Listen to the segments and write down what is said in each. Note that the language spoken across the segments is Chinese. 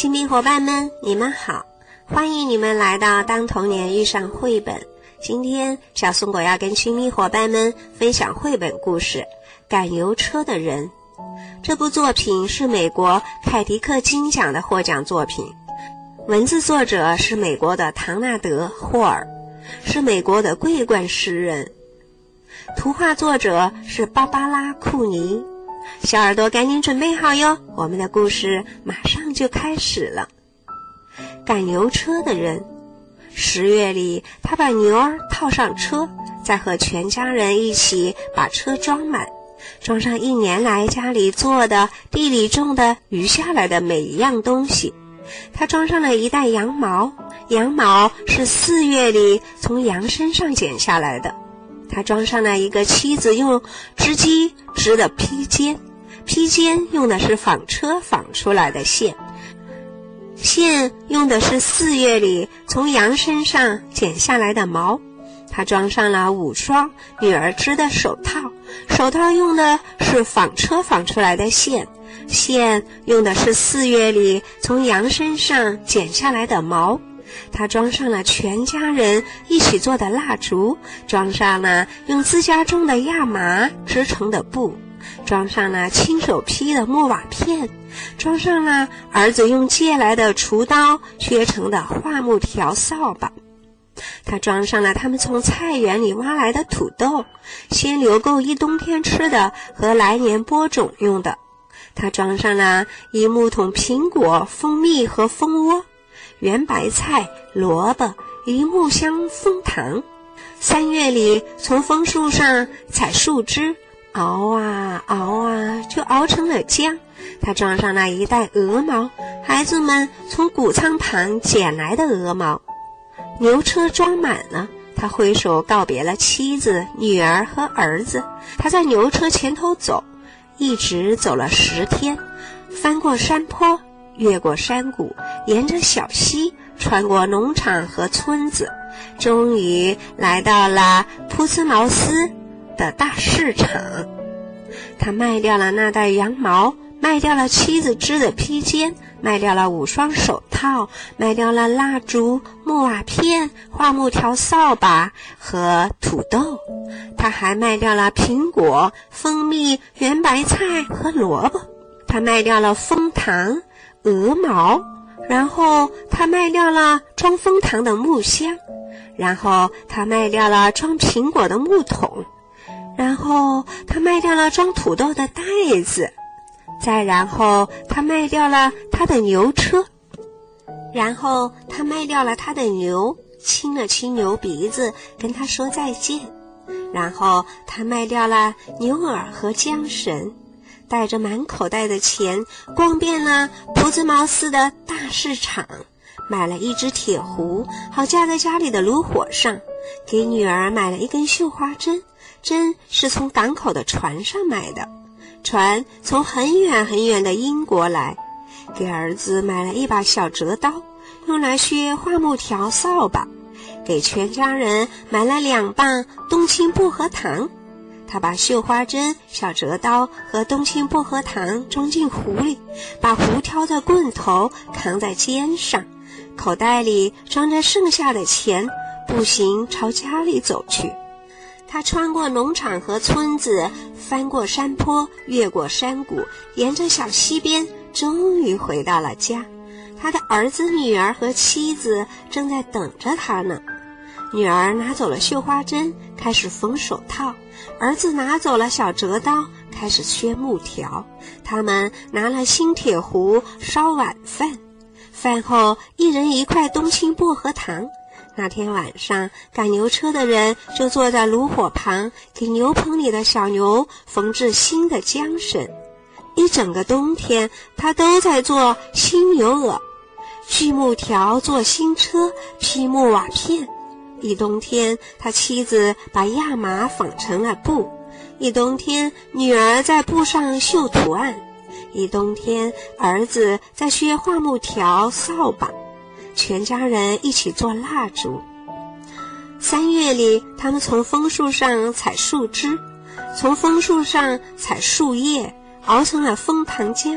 亲密伙伴们，你们好，欢迎你们来到当童年遇上绘本。今天小松果要跟亲密伙伴们分享绘本故事《赶牛车的人》。这部作品是美国凯迪克金奖的获奖作品，文字作者是美国的唐纳德·霍尔，是美国的桂冠诗人，图画作者是芭芭拉·库尼。小耳朵赶紧准备好哟，我们的故事马上就开始了。赶牛车的人，10月里，他把牛儿套上车，再和全家人一起把车装满，装上1年来家里做的、地里种的、余下来的每一样东西。他装上了一袋羊毛，羊毛是4月里从羊身上剪下来的。他装上了一个妻子用织机织的披肩，披肩用的是纺车纺出来的线，线用的是4月里从羊身上剪下来的毛。他装上了5双女儿织的手套，手套用的是纺车纺出来的线，线用的是4月里从羊身上剪下来的毛。他装上了全家人一起做的蜡烛，装上了用自家种的亚麻织成的布，装上了亲手劈的木瓦片，装上了儿子用借来的锄刀削成的桦木条扫把。他装上了他们从菜园里挖来的土豆，先留够一冬天吃的和来年播种用的。他装上了一木桶苹果、蜂蜜和蜂窝，圆白菜、萝卜、一木箱枫糖。3月里从枫树上采树枝，熬啊熬啊，就熬成了浆。他装上了一袋鹅毛，孩子们从谷仓旁捡来的鹅毛。牛车装满了，他挥手告别了妻子、女儿和儿子。他在牛车前头走，一直走了10天，翻过山坡，越过山谷，沿着小溪，穿过农场和村子，终于来到了普兹茅斯的大市场。他卖掉了那袋羊毛，卖掉了妻子织的披肩，卖掉了5双手套，卖掉了蜡烛、木瓦片、桦木条扫把和土豆。他还卖掉了苹果、蜂蜜、圆白菜和萝卜。他卖掉了枫糖、鹅毛，然后他卖掉了装枫糖的木箱，然后他卖掉了装苹果的木桶，然后他卖掉了装土豆的袋子，再然后他卖掉了他的牛车，然后他卖掉了他的牛，亲了亲牛鼻子跟他说再见，然后他卖掉了牛耳和缰绳，带着满口袋的钱逛遍了普兹茅斯的大市场，买了一只铁壶，好架在家里的炉火上，给女儿买了一根绣花针，针是从港口的船上买的，船从很远很远的英国来。给儿子买了一把小折刀，用来削桦木条扫把。给全家人买了2磅冬青薄荷糖。他把绣花针、小折刀和冬青薄荷糖装进壶里，把壶挑在棍头，扛在肩上，口袋里装着剩下的钱，步行朝家里走去。他穿过农场和村子，翻过山坡，越过山谷，沿着小溪边，终于回到了家。他的儿子、女儿和妻子正在等着他呢。女儿拿走了绣花针，开始缝手套；儿子拿走了小折刀，开始削木条。他们拿了新铁壶烧晚饭，饭后一人1块冬青薄荷糖。那天晚上，赶牛车的人就坐在炉火旁，给牛棚里的小牛缝制新的缰绳。一整个冬天，他都在做新牛耳，锯木条做新车，劈木瓦片。一冬天，他妻子把亚麻纺成了布；一冬天，女儿在布上绣图案；一冬天，儿子在削桦木条扫把。全家人一起做蜡烛。3月里，他们从枫树上采树枝，从枫树上采树叶，熬成了枫糖浆。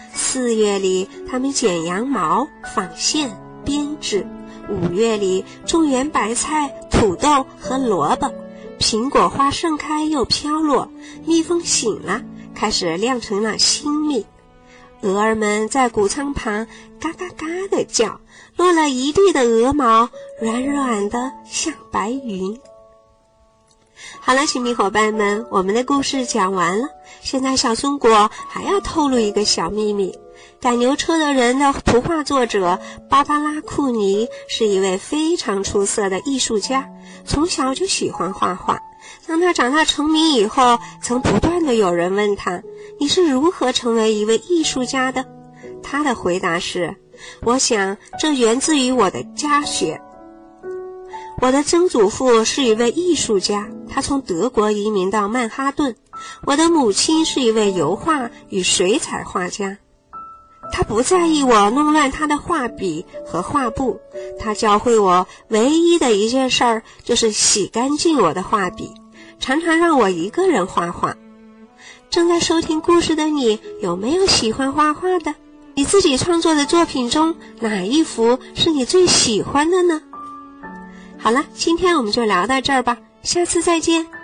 4月里他们剪羊毛、纺线、编织；5月里种园白菜、土豆和萝卜，苹果花盛开又飘落，蜜蜂醒了，开始酿成了新蜜。鹅儿们在谷仓旁嘎嘎嘎地叫，落了一地的鹅毛，软软的像白云。好了，亲密伙伴们，我们的故事讲完了。现在小松果还要透露一个小秘密。赶牛车的人的图画作者芭芭拉·库尼是一位非常出色的艺术家，从小就喜欢画画。当他长大成名以后，曾不断地有人问他，你是如何成为一位艺术家的？他的回答是，我想这源自于我的家学。我的曾祖父是一位艺术家，他从德国移民到曼哈顿。我的母亲是一位油画与水彩画家，他不在意我弄乱他的画笔和画布，他教会我唯一的一件事儿就是洗干净我的画笔，常常让我一个人画画。正在收听故事的你，有没有喜欢画画的？你自己创作的作品中，哪一幅是你最喜欢的呢？好了，今天我们就聊到这儿吧，下次再见。